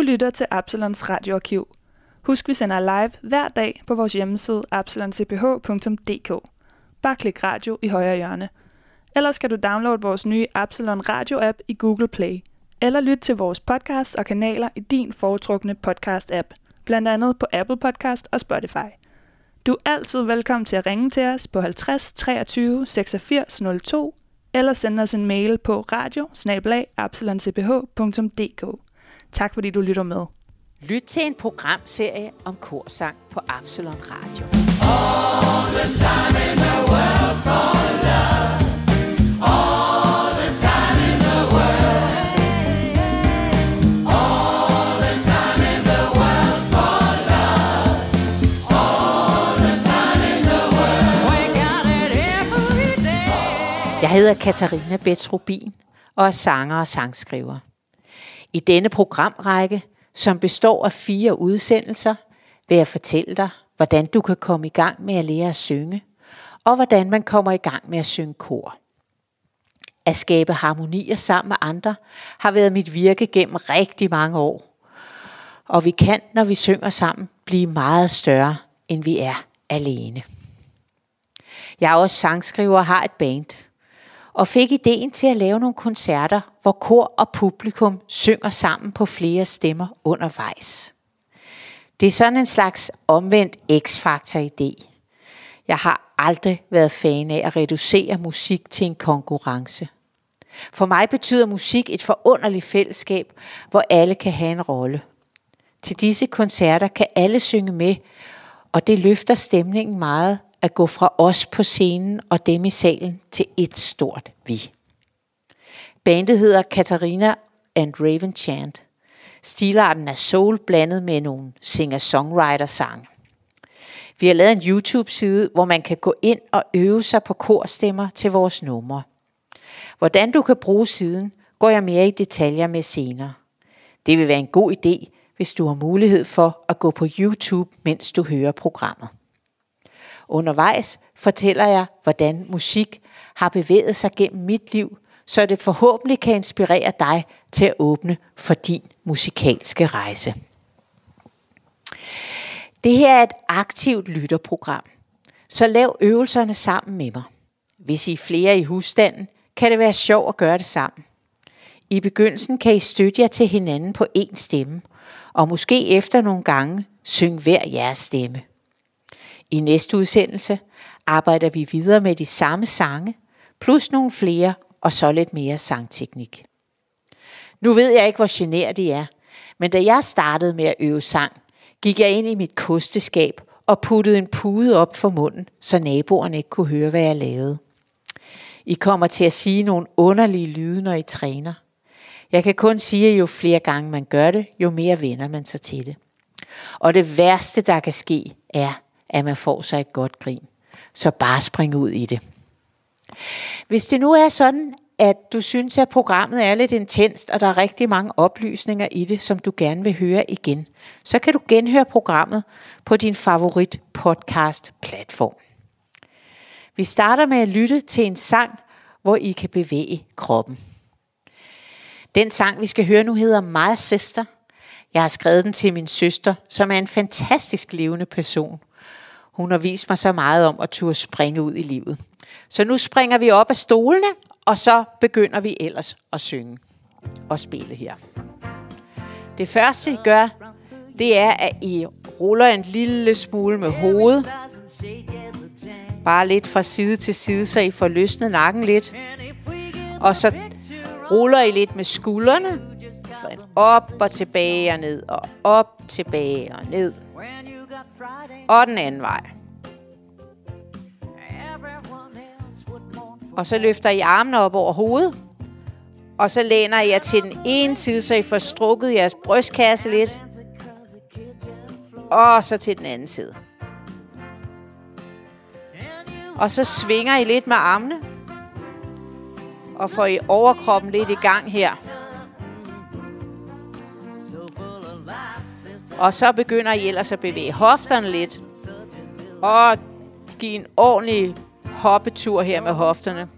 lytter til Absalons radioarkiv. Husk, vi sender live hver dag på vores hjemmeside absaloncph.dk. Bare klik radio i højre hjørne. Ellers skal du downloade vores nye Absalon Radio-app i Google Play. Eller lyt til vores podcast og kanaler i din foretrukne podcast-app. Blandt andet på Apple Podcast og Spotify. Du er altid velkommen til at ringe til os på 50 23 86 02 eller sende os en mail på radio@absaloncph.dk. Tak fordi du lytter med. Lyt til en programserie om korsang på Absalon Radio. All the time in the world for love. All the time in the world. All the time in the world for love. All the time in the world. We got it every day. Jeg hedder Katarina Betts Rubin og er sanger og sangskriver. I denne programrække, som består af 4 udsendelser, vil jeg fortælle dig, hvordan du kan komme i gang med at lære at synge, og hvordan man kommer i gang med at synge kor. At skabe harmonier sammen med andre har været mit virke gennem rigtig mange år. Og vi kan, når vi synger sammen, blive meget større, end vi er alene. Jeg er også sangskriver og har et band, og fik ideen til at lave nogle koncerter, hvor kor og publikum synger sammen på flere stemmer undervejs. Det er sådan en slags omvendt X-Factor-idé. Jeg har aldrig været fan af at reducere musik til en konkurrence. For mig betyder musik et forunderligt fællesskab, hvor alle kan have en rolle. Til disse koncerter kan alle synge med, og det løfter stemningen meget at gå fra os på scenen og dem i salen til et stort vi. Bandet hedder Katarina and Raven Chant. Stilarten er soul blandet med nogle singer-songwriter-sange. Vi har lavet en YouTube-side, hvor man kan gå ind og øve sig på korstemmer til vores numre. Hvordan du kan bruge siden, går jeg mere i detaljer med senere. Det vil være en god idé, hvis du har mulighed for at gå på YouTube, mens du hører programmet. Undervejs fortæller jeg, hvordan musik har bevæget sig gennem mit liv, så det forhåbentlig kan inspirere dig til at åbne for din musikalske rejse. Det her er et aktivt lytterprogram, så lav øvelserne sammen med mig. Hvis I er flere i husstanden, kan det være sjovt at gøre det sammen. I begyndelsen kan I støtte jer til hinanden på én stemme, og måske efter nogle gange synge hver jeres stemme. I næste udsendelse arbejder vi videre med de samme sange, plus nogle flere og så lidt mere sangteknik. Nu ved jeg ikke, hvor genert I er, men da jeg startede med at øve sang, gik jeg ind i mit kosteskab og puttede en pude op for munden, så naboerne ikke kunne høre, hvad jeg lavede. I kommer til at sige nogle underlige lyde, når I træner. Jeg kan kun sige, at jo flere gange man gør det, jo mere vender man sig til det. Og det værste, der kan ske, er, at man får sig et godt grin. Så bare spring ud i det. Hvis det nu er sådan, at du synes, at programmet er lidt intenst, og der er rigtig mange oplysninger i det, som du gerne vil høre igen, så kan du genhøre programmet på din favorit podcast platform. Vi starter med at lytte til en sang, hvor I kan bevæge kroppen. Den sang, vi skal høre nu, hedder My Sister. Jeg har skrevet den til min søster, som er en fantastisk levende person. Hun har vist mig så meget om at turde springe ud i livet. Så nu springer vi op af stolene, og så begynder vi ellers at synge og spille her. Det første I gør, det er, at I ruller en lille smule med hovedet. Bare lidt fra side til side, så I får løsnet nakken lidt. Og så ruller I lidt med skuldrene. Op og tilbage og ned, og op, tilbage og ned. Og den anden vej. Og så løfter I armene op over hovedet. Og så læner I jer til den ene side, så I får strukket jeres brystkasse lidt. Og så til den anden side. Og så svinger I lidt med armene. Og får I overkroppen lidt i gang her. Og så begynder I ellers at bevæge hofterne lidt. Og give en ordentlig hoppetur her med hofterne.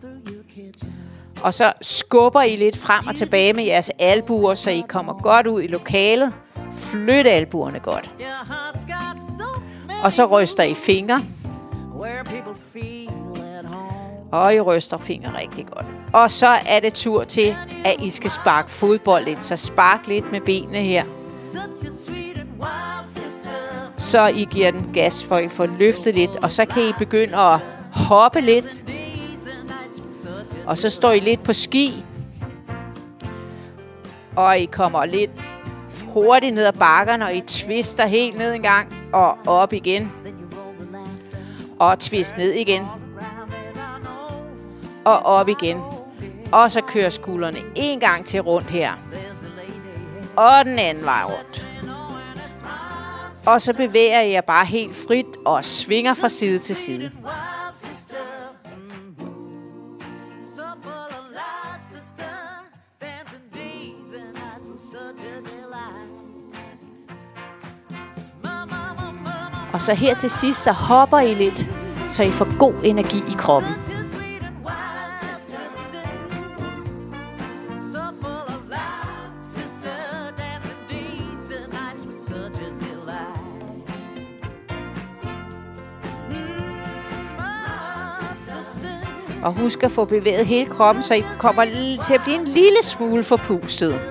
Og så skubber I lidt frem og tilbage med jeres albuer, så I kommer godt ud i lokalet. flyt albuerne godt. Og så ryster I fingre. Og I ryster fingre rigtig godt. Og så er det tur til, at I skal sparke fodbold ind. Så spark lidt med benene her. Så I giver den gas, for I får løftet lidt. Og så kan I begynde at hoppe lidt. Og så står I lidt på ski. Og I kommer lidt hurtigt ned ad bakkerne, og I twister helt ned en gang. Og op igen. Og twist ned igen. Og op igen. Og så kører skuldrene en gang til rundt her. Og den anden vej rundt. Og så bevæger jeg bare helt frit og svinger fra side til side. Og så her til sidst, så hopper I lidt, så I får god energi i kroppen. Og husk at få bevæget hele kroppen, så I kommer til at blive en lille smule forpustet.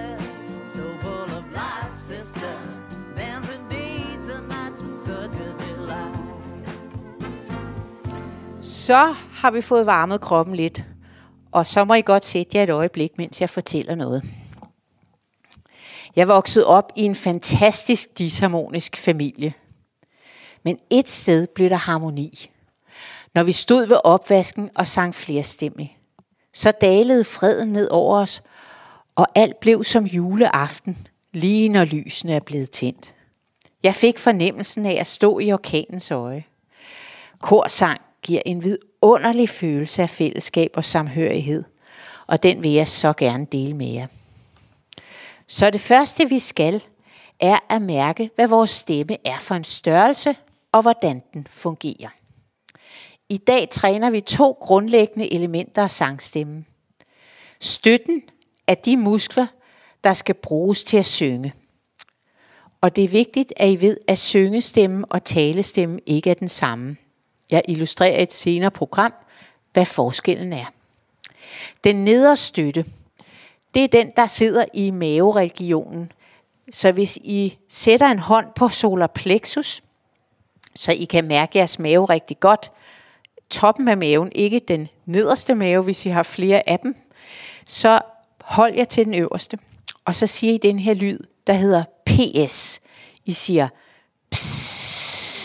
Så har vi fået varmet kroppen lidt. Og så må I godt sætte jer et øjeblik, mens jeg fortæller noget. Jeg voksede op i en fantastisk disharmonisk familie. Men et sted blev der harmoni. Når vi stod ved opvasken og sang flerstemmigt, så dalede freden ned over os, og alt blev som juleaften, lige når lysene er blevet tændt. Jeg fik fornemmelsen af at stå i orkanens øje. Korsang giver en vidunderlig følelse af fællesskab og samhørighed, og den vil jeg så gerne dele med jer. Så det første vi skal, er at mærke, hvad vores stemme er for en størrelse, og hvordan den fungerer. I dag træner vi 2 grundlæggende elementer af sangstemmen. Støtten er de muskler, der skal bruges til at synge. Og det er vigtigt, at I ved, at syngestemmen og talestemmen ikke er den samme. Jeg illustrerer i et senere program, hvad forskellen er. Den nedre støtte, det er den, der sidder i maveregionen. Så hvis I sætter en hånd på solar plexus, så I kan mærke jeres mave rigtig godt, toppen af maven, ikke den nederste mave, hvis I har flere af dem, så hold jer til den øverste. Og så siger I den her lyd, der hedder PS. I siger pss.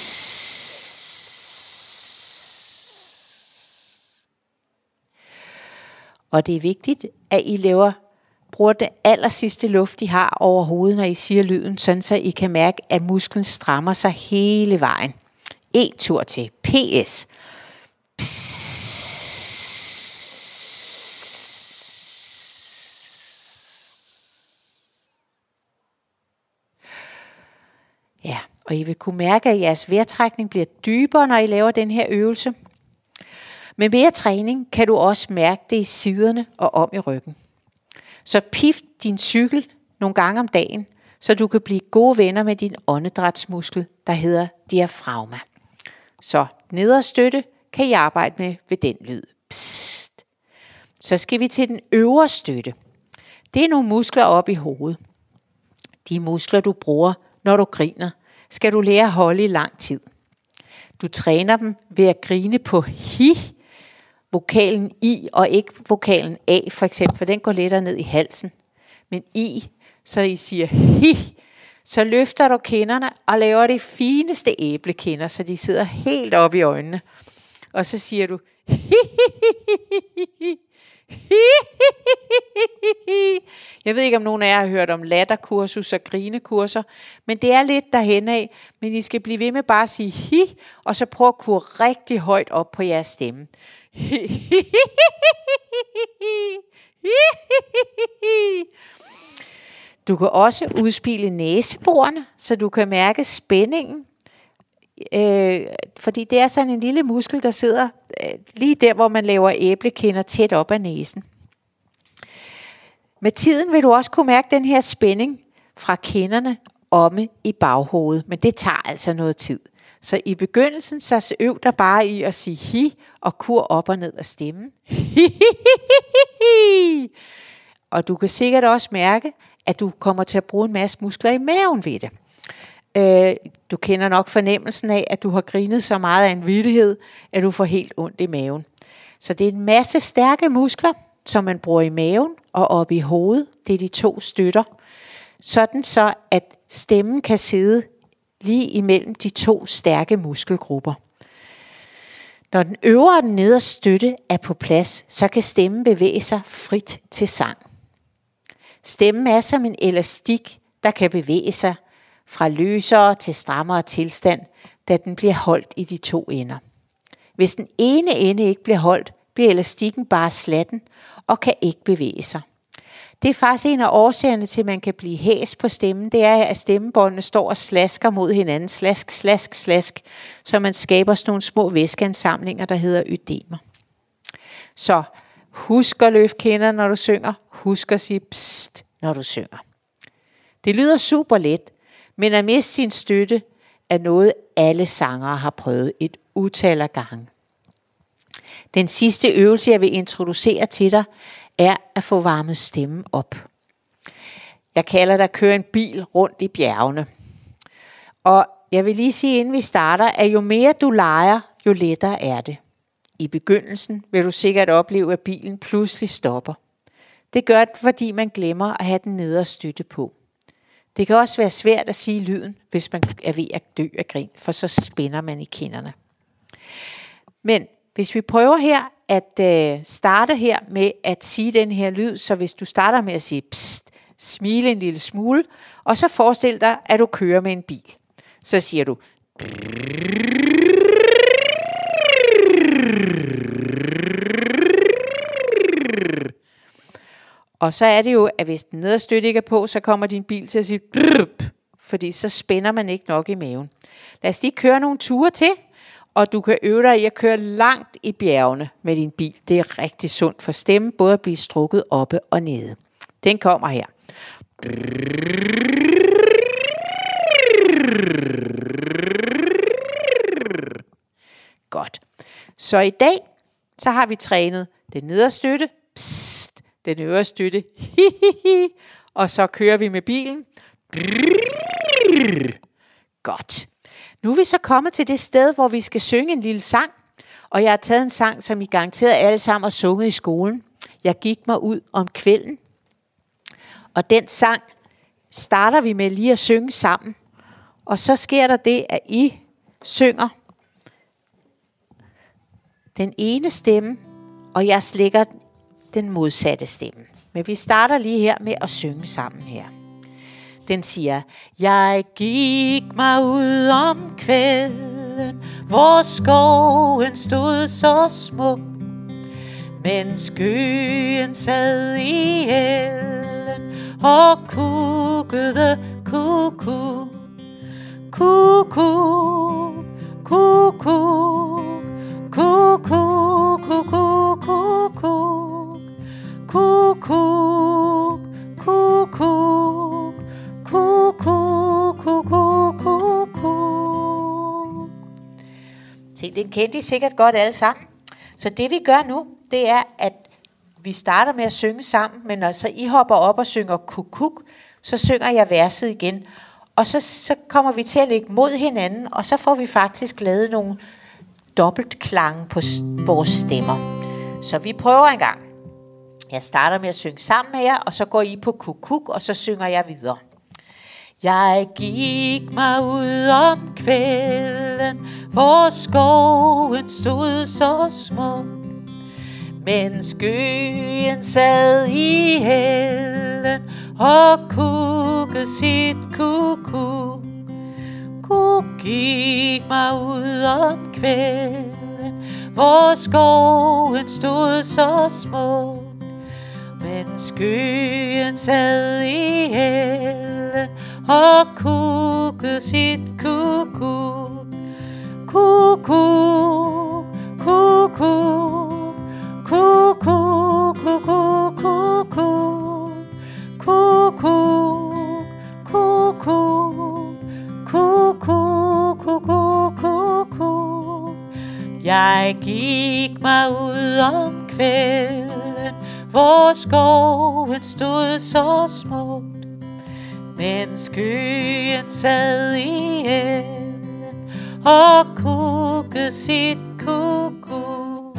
Og det er vigtigt, at I bruger det aller sidste luft, I har over hovedet, når I siger lyden, sådan så I kan mærke, at musklen strammer sig hele vejen. En tur til PS. Ja, og I vil kunne mærke, at jeres vejrtrækning bliver dybere, når I laver den her øvelse. Med mere træning kan du også mærke det i siderne og om i ryggen. Så pift din cykel nogle gange om dagen, så du kan blive gode venner med din åndedrætsmuskel, der hedder diafragma. Så nedre støtte kan I arbejde med ved den lyd. Psst. Så skal vi til den øvre støtte. Det er nogle muskler oppe i hovedet. De muskler, du bruger, når du griner, skal du lære at holde i lang tid. Du træner dem ved at grine på hi, vokalen i, og ikke vokalen a, for eksempel, for den går lettere ned i halsen. Men i, så I siger hi, så løfter du kinderne og laver det fineste æblekinder, så de sidder helt oppe i øjnene. Og så siger du hi, Jeg ved ikke, om nogen af jer har hørt om latterkursus og grinekurser, men det er lidt derhen af. Men I skal blive ved med bare at sige hi, og så prøve at kurre rigtig højt op på jeres stemme. Du kan også udspille næseborene, så du kan mærke spændingen. Fordi det er sådan en lille muskel, der sidder lige der, hvor man laver æblekinder tæt op ad næsen. Med tiden vil du også kunne mærke den her spænding fra kinderne omme i baghovedet, men det tager altså noget tid. Så i begyndelsen, så øv dig bare i at sige hi og kur op og ned af stemmen. Og du kan sikkert også mærke, at du kommer til at bruge en masse muskler i maven ved det. Du kender nok fornemmelsen af, at du har grinet så meget af en vittighed, at du får helt ondt i maven. Så det er en masse stærke muskler, som man bruger i maven og op i hovedet. Det er de 2 støtter. Sådan så, at stemmen kan sidde lige imellem de 2 stærke muskelgrupper. Når den øvre og den nedre støtte er på plads, så kan stemmen bevæge sig frit til sang. Stemmen er som en elastik, der kan bevæge sig fra løsere til strammere tilstand, da den bliver holdt i de 2 ender. Hvis den ene ende ikke bliver holdt, bliver elastikken bare slatten og kan ikke bevæge sig. Det er faktisk en af årsagerne til, at man kan blive hæs på stemmen. Det er, at stemmebåndene står og slasker mod hinanden. Slask, slask, slask. Så man skaber sådan nogle små væskeansamlinger, der hedder ødemer. Så husk at løfte kinder, når du synger. Husk at sige psst, når du synger. Det lyder super let, men at miste sin støtte er noget, alle sangere har prøvet et utal af gange. Den sidste øvelse, jeg vil introducere til dig, er at få varmet stemmen op. Jeg kalder det at køre en bil rundt i bjergene. Og jeg vil lige sige, inden vi starter, at jo mere du leger, jo lettere er det. I begyndelsen vil du sikkert opleve, at bilen pludselig stopper. Det gør den, fordi man glemmer at have den nedre støtte på. Det kan også være svært at sige lyden, hvis man er ved at dø af grin, for så spænder man i kinderne. Men hvis vi prøver her at starte her med at sige den her lyd, så hvis du starter med at sige psst, smile en lille smule, og så forestil dig, at du kører med en bil. Så siger du og så er det jo, at hvis den nedre støtte ikke er på, så kommer din bil til at sige fordi så spænder man ikke nok i maven. Lad os lige køre nogle ture til, og du kan øve dig i at køre langt i bjergene med din bil. Det er rigtig sundt for stemmen, både at blive strukket oppe og nede. Den kommer her. Godt. Så i dag, så har vi trænet den nedre støtte, psst, den øvre støtte, og så kører vi med bilen. Godt. Nu er vi så kommet til det sted, hvor vi skal synge en lille sang. Og jeg har taget en sang, som I garanteret alle sammen har sunget i skolen. Jeg gik mig ud om kvælden. Og den sang starter vi med lige at synge sammen. Og så sker der det, at I synger den ene stemme, og jeg slækker den modsatte stemme. Men vi starter lige her med at synge sammen her. Den siger, jeg gik mig ud om kvælden, hvor skoven stod så smuk, men skyen sad i elden og kukkede kuku. Kuku, kuku, kuku, kuku, kuku, kuku, kuku. Se, den kendte I sikkert godt alle sammen. Så det vi gør nu, det er, at vi starter med at synge sammen, men når så I hopper op og synger kukuk, så synger jeg verset igen. Og så kommer vi til at lægge mod hinanden, og så får vi faktisk lavet nogle dobbeltklange på vores stemmer. Så vi prøver en gang. Jeg starter med at synge sammen med jer, og så går I på kukuk, og så synger jeg videre. Jeg gik mig ud om kvælden, hvor skoven stod så smuk, men skyen sad i hælden og kukkede sit kuku. Kuk gik mig ud om kvælden, hvor skoven stod så smuk, men skyen sad i hælden og kukkede sit kuku. Kuku, kuku, kuku, kuku, kuku, kuku, kuku. Jeg gik mig ud om kvælden, hvor skoven stod så smukt, men skyen sad i enden og kukkede sit kuku.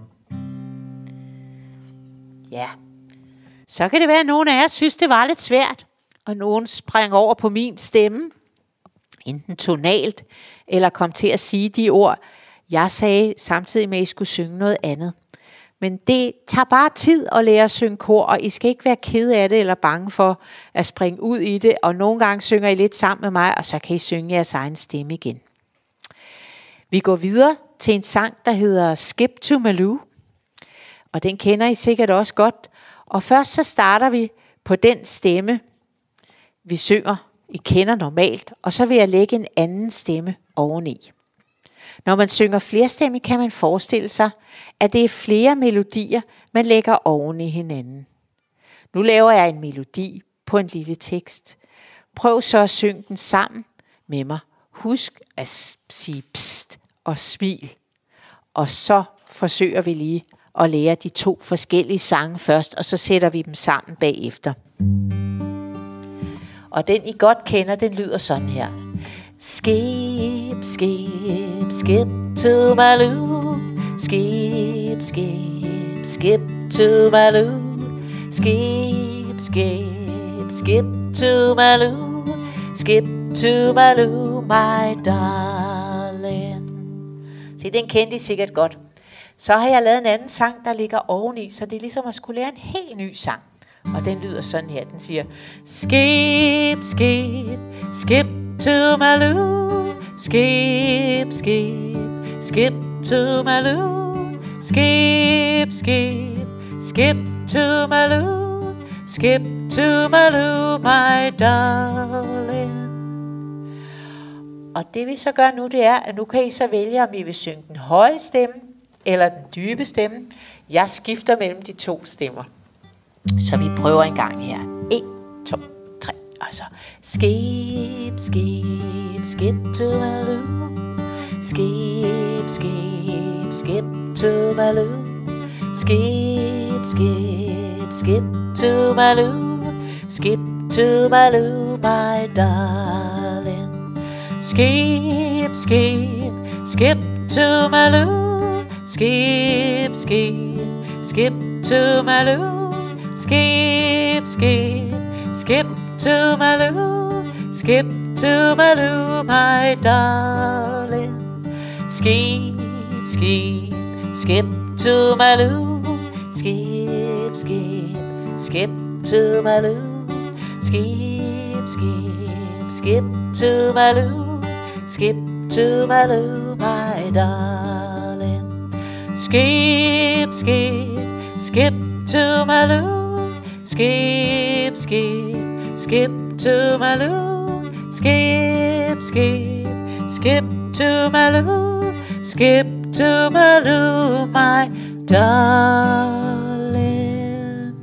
Ja, så kan det være, at nogen af jer synes, det var lidt svært, og nogen sprang over på min stemme, enten tonalt, eller kom til at sige de ord, jeg sagde, samtidig med, at I skulle synge noget andet. Men det tager bare tid at lære at synge kor, og I skal ikke være ked af det, eller bange for at springe ud i det, og nogle gange synger I lidt sammen med mig, og så kan I synge jeres egen stemme igen. Vi går videre til en sang, der hedder Skip to Malou, og den kender I sikkert også godt. Og først så starter vi på den stemme, vi synger, I kender normalt, og så vil jeg lægge en anden stemme oveni. Når man synger flerstemmigt, kan man forestille sig, at det er flere melodier, man lægger oven i hinanden. Nu laver jeg en melodi på en lille tekst. Prøv så at synge den sammen med mig. Husk at sige pst og smil. Og så forsøger vi lige at lære de 2 forskellige sange først, og så sætter vi dem sammen bagefter. Og den I godt kender, den lyder sådan her. Skip, skip, skip to Malou. Skip, skip, skip to Malou. Skip, skip, skip to Malou. Skip to Malou, my darling. Se, den kendte I sikkert godt. Så har jeg lavet en anden sang, der ligger oveni, så det er ligesom at skulle lære en helt ny sang. Og den lyder sådan her, den siger skip, skip, skip to Malou. Skip, skip, skip to Malou. Skip, skip, skip to Malou. Skip to Malou, my darling. Og det vi så gør nu, det er, at nu kan I så vælge, om I vil synge den høje stemme, eller den dybe stemme. Jeg skifter mellem de 2 stemmer. Så vi prøver en gang her. 1, 2, 3, og så skip, skip, skip to Malou. Skip, skip, skip to Malou. Skip, skip, skip to Malou. Skip to Malou, my darling. Skip, skip, skip to Malou. Skip, skip, skip to Malou. Skip, skip, skip to Malou. Skip to Malou, my darling. Skip, skip, skip to Malou. Skip, skip, skip to Malou. Skip, skip, skip to Malou. Skip to Malou, my darling. Skip, skip, skip to Malou. Skip, skip, skip to Malou. Skip, skip, skip to Malou. Skip to Malou, my darling.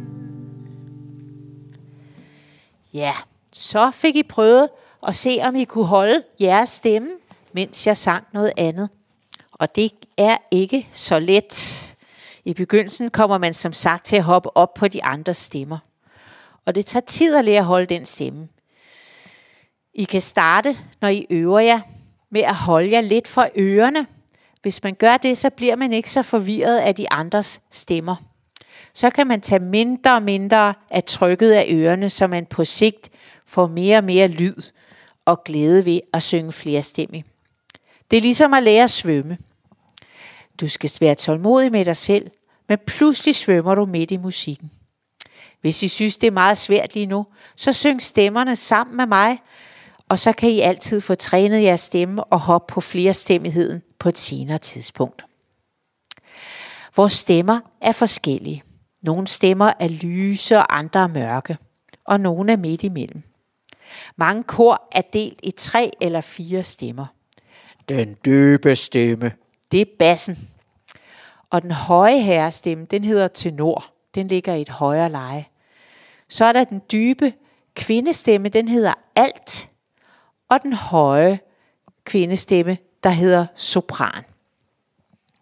Ja, så fik I prøvet at se, om I kunne holde jeres stemme, mens jeg sang noget andet. Og det er ikke så let. I begyndelsen kommer man som sagt til at hoppe op på de andres stemmer. Og det tager tid at lære at holde den stemme. I kan starte, når I øver jer, med at holde jer lidt for ørerne. Hvis man gør det, så bliver man ikke så forvirret af de andres stemmer. Så kan man tage mindre og mindre af trykket af ørerne, så man på sigt får mere og mere lyd og glæde ved at synge flerstemmigt. Det er ligesom at lære at svømme. Du skal være tålmodig med dig selv, men pludselig svømmer du midt i musikken. Hvis I synes, det er meget svært lige nu, så syng stemmerne sammen med mig, og så kan I altid få trænet jeres stemme og hoppe på flerstemmigheden på et senere tidspunkt. Vores stemmer er forskellige. Nogle stemmer er lyse, og andre er mørke, og nogle er midt imellem. Mange kor er delt i 3 eller 4 stemmer. Den dybe stemme, det er bassen. Og den høje herrestemme, den hedder tenor. Den ligger i et højere leje. Så er der den dybe kvindestemme, den hedder alt. Og den høje kvindestemme, der hedder sopran.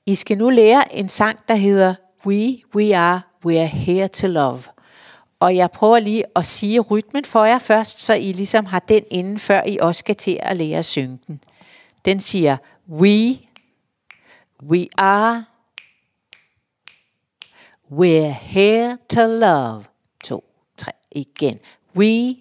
I skal nu lære en sang, der hedder We're Here to Love. Og jeg prøver lige at sige rytmen for jer først, så I ligesom har den inden, før I også skal til at lære at synge den. Den siger, we're here to love. 2, 3, igen. We're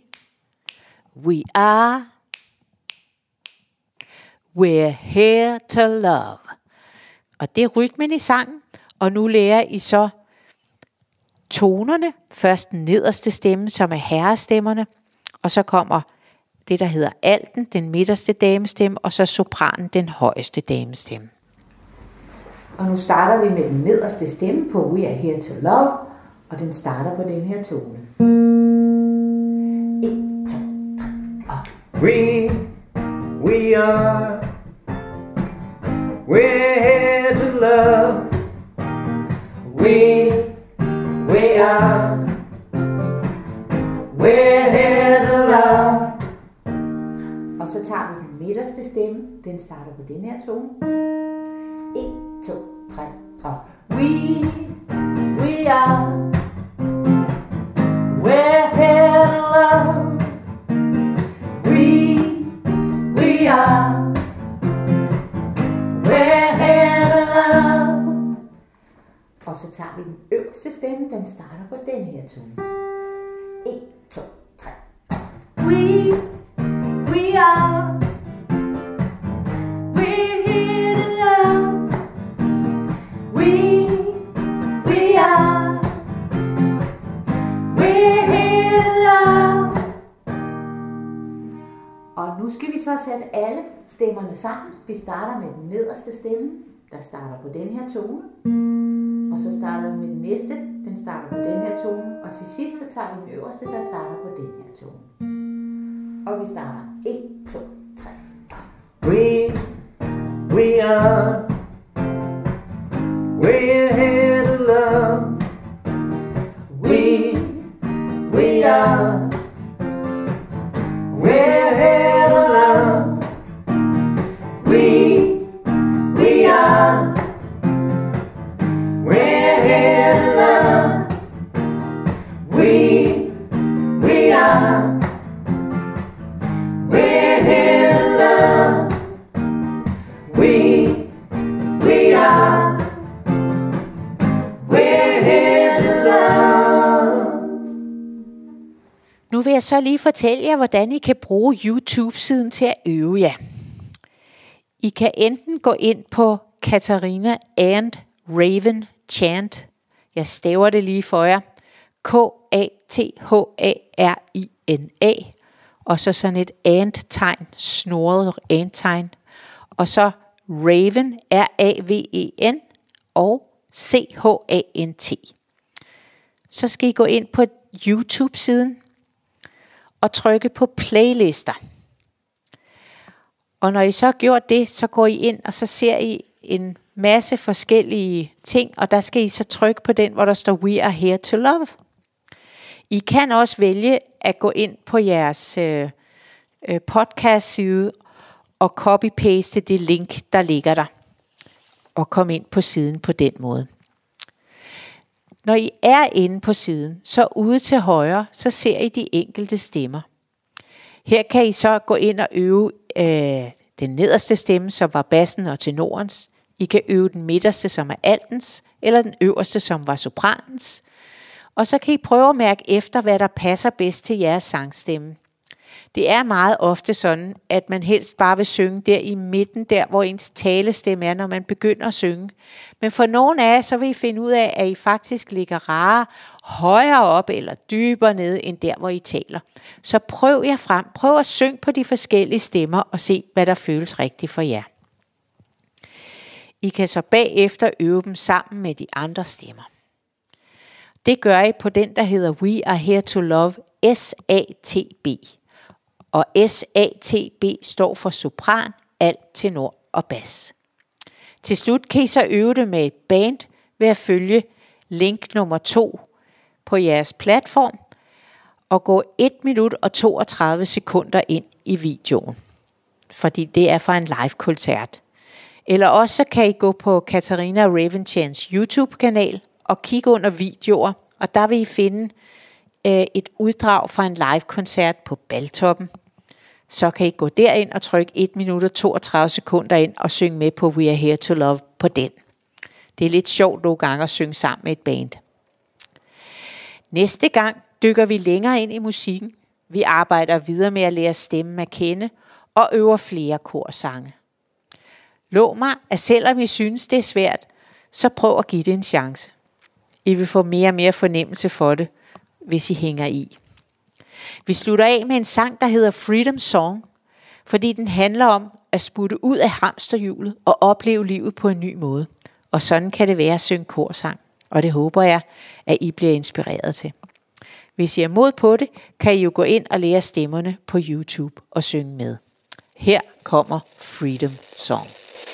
here to love. Og det er rytmen i sangen, og nu lærer I så tonerne. Først den nederste stemme, som er herrestemmerne, og så kommer det, der hedder alten, den midterste damestemme, og så sopranen, den højeste damestemme. Og nu starter vi med den nederste stemme på We Are Here to Love, og den starter på den her tone. 1, 2, 3, og We're here to love. We're here to love. Og så tager vi den midterste stemme, den starter på den her tone. 1, 2, 3, og we're here to love. We're here to love. Og så tager vi den øverste stemme, den starter på den her tone. 1, 2, 3. We're here to love. We're here to love. Og nu skal vi så sætte alle stemmerne sammen. Vi starter med den nederste stemme, der starter på den her tone. Og så starter vi med den næste, den starter på den her tone. Og til sidst så tager vi den øverste, der starter på den her tone. Og vi starter 1, 2, 3. We're here to love. We're here to love. We're here to love. We're here to love. We're here to love. Nu vil jeg så lige fortælle jer, hvordan I kan bruge YouTube-siden til at øve jer. I kan enten gå ind på Katarina and Raven Chant. Jeg staver det lige for jer. Katharina. Og så sådan et and-tegn, snoret and-tegn. Og så Raven, Raven og CHANT. Så skal I gå ind på YouTube-siden og trykke på playlister. Og når I så har gjort det, så går I ind, og så ser I en masse forskellige ting, og der skal I så trykke på den, hvor der står We Are Here to Love. I kan også vælge at gå ind på jeres podcast-side og copy-paste det link, der ligger der, og komme ind på siden på den måde. Når I er inde på siden, så ude til højre, så ser I de enkelte stemmer. Her kan I så gå ind og øve den nederste stemme, som var bassen og tenorens. I kan øve den midterste, som er altens, eller den øverste, som var sopranens. Og så kan I prøve at mærke efter, hvad der passer bedst til jeres sangstemme. Det er meget ofte sådan, at man helst bare vil synge der i midten, der hvor ens talestemme er, når man begynder at synge. Men for nogle af jer, så vil I finde ud af, at I faktisk ligger rarere højere op eller dybere nede, end der hvor I taler. Så prøv jer frem. Prøv at synge på de forskellige stemmer og se, hvad der føles rigtigt for jer. I kan så bagefter øve dem sammen med de andre stemmer. Det gør I på den, der hedder We Are Here to Love, SATB. Og SATB står for sopran, alt, tenor og bas. Til slut kan I så øve det med et band ved at følge link nummer 2 på jeres platform og gå 1 minut og 32 sekunder ind i videoen. Fordi det er fra en live-koncert. Eller også så kan I gå på Katarina Ravenchans YouTube-kanal og kigge under videoer, og der vil I finde et uddrag fra en live-koncert på Baltoppen. Så kan I gå derind og trykke 1 minut og 32 sekunder ind og synge med på We Are Here to Love på den. Det er lidt sjovt nogle gange at synge sammen med et band. Næste gang dykker vi længere ind i musikken. Vi arbejder videre med at lære stemmen at kende og øver flere korsange. Lov mig, at selvom I synes, det er svært, så prøv at give det en chance. I vil få mere og mere fornemmelse for det, hvis I hænger i. Vi slutter af med en sang, der hedder Freedom Song, fordi den handler om at sputte ud af hamsterhjulet og opleve livet på en ny måde. Og sådan kan det være at synge korsang, og det håber jeg, at I bliver inspireret til. Hvis I er mod på det, kan I jo gå ind og lære stemmerne på YouTube og synge med. Her kommer Freedom Song.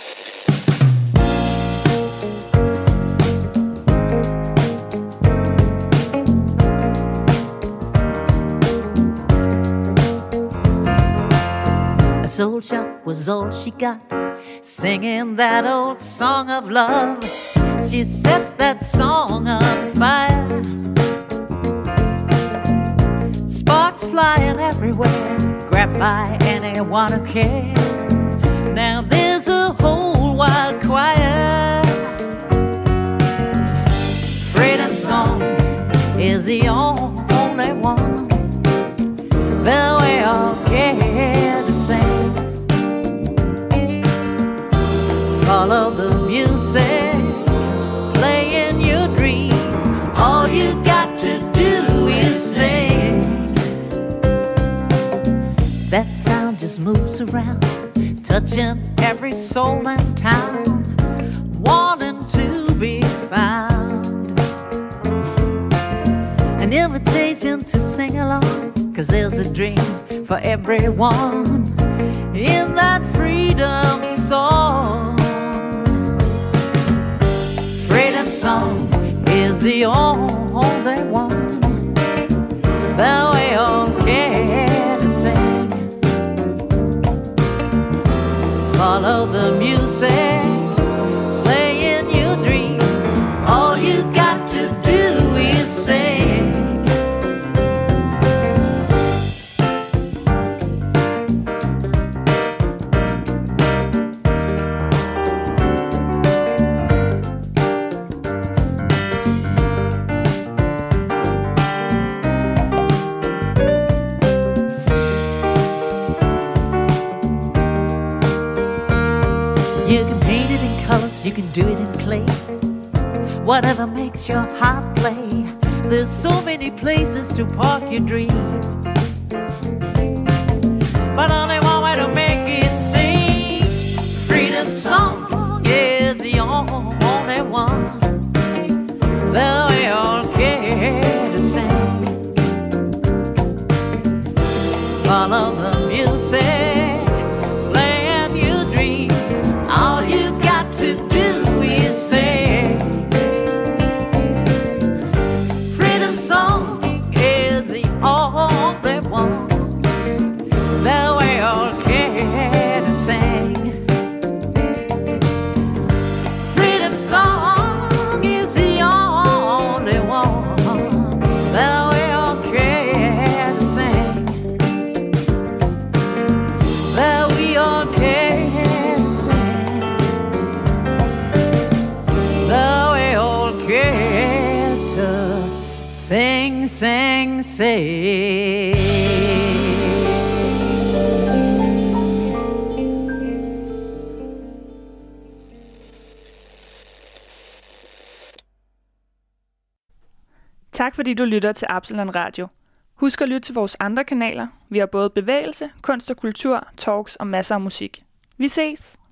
A soldier was all she got, singing that old song of love. She set that song on fire. Sparks flying everywhere, grabbed by anyone who cared. Now there's a whole wild choir. Freedom song is the only one that we all care to sing. Follow the music, play in your dream. All you got to do is sing. That sound just moves around, touching every soul in town, wanting to be found. An invitation to sing along, 'cause there's a dream for everyone in that freedom song. Freedom song is the only one that we all care to sing. Follow the music, play in your dream. All you got to do is sing. You can paint it in colors, you can do it in clay. Whatever makes your heart play. There's so many places to park your dream, but only one way to make it sing. Freedom song is the only one that we all care to sing. Follow the music, play in your dream. All you got to do is sing. Freedom song is the only one that we all care to sing. Freedom song is the only one that we all care to sing. That we all care to sing. That we all care to sing, sing, sing. Tak fordi du lytter til Absalon Radio. Husk at lytte til vores andre kanaler. Vi har både bevægelse, kunst og kultur, talks og masser af musik. Vi ses!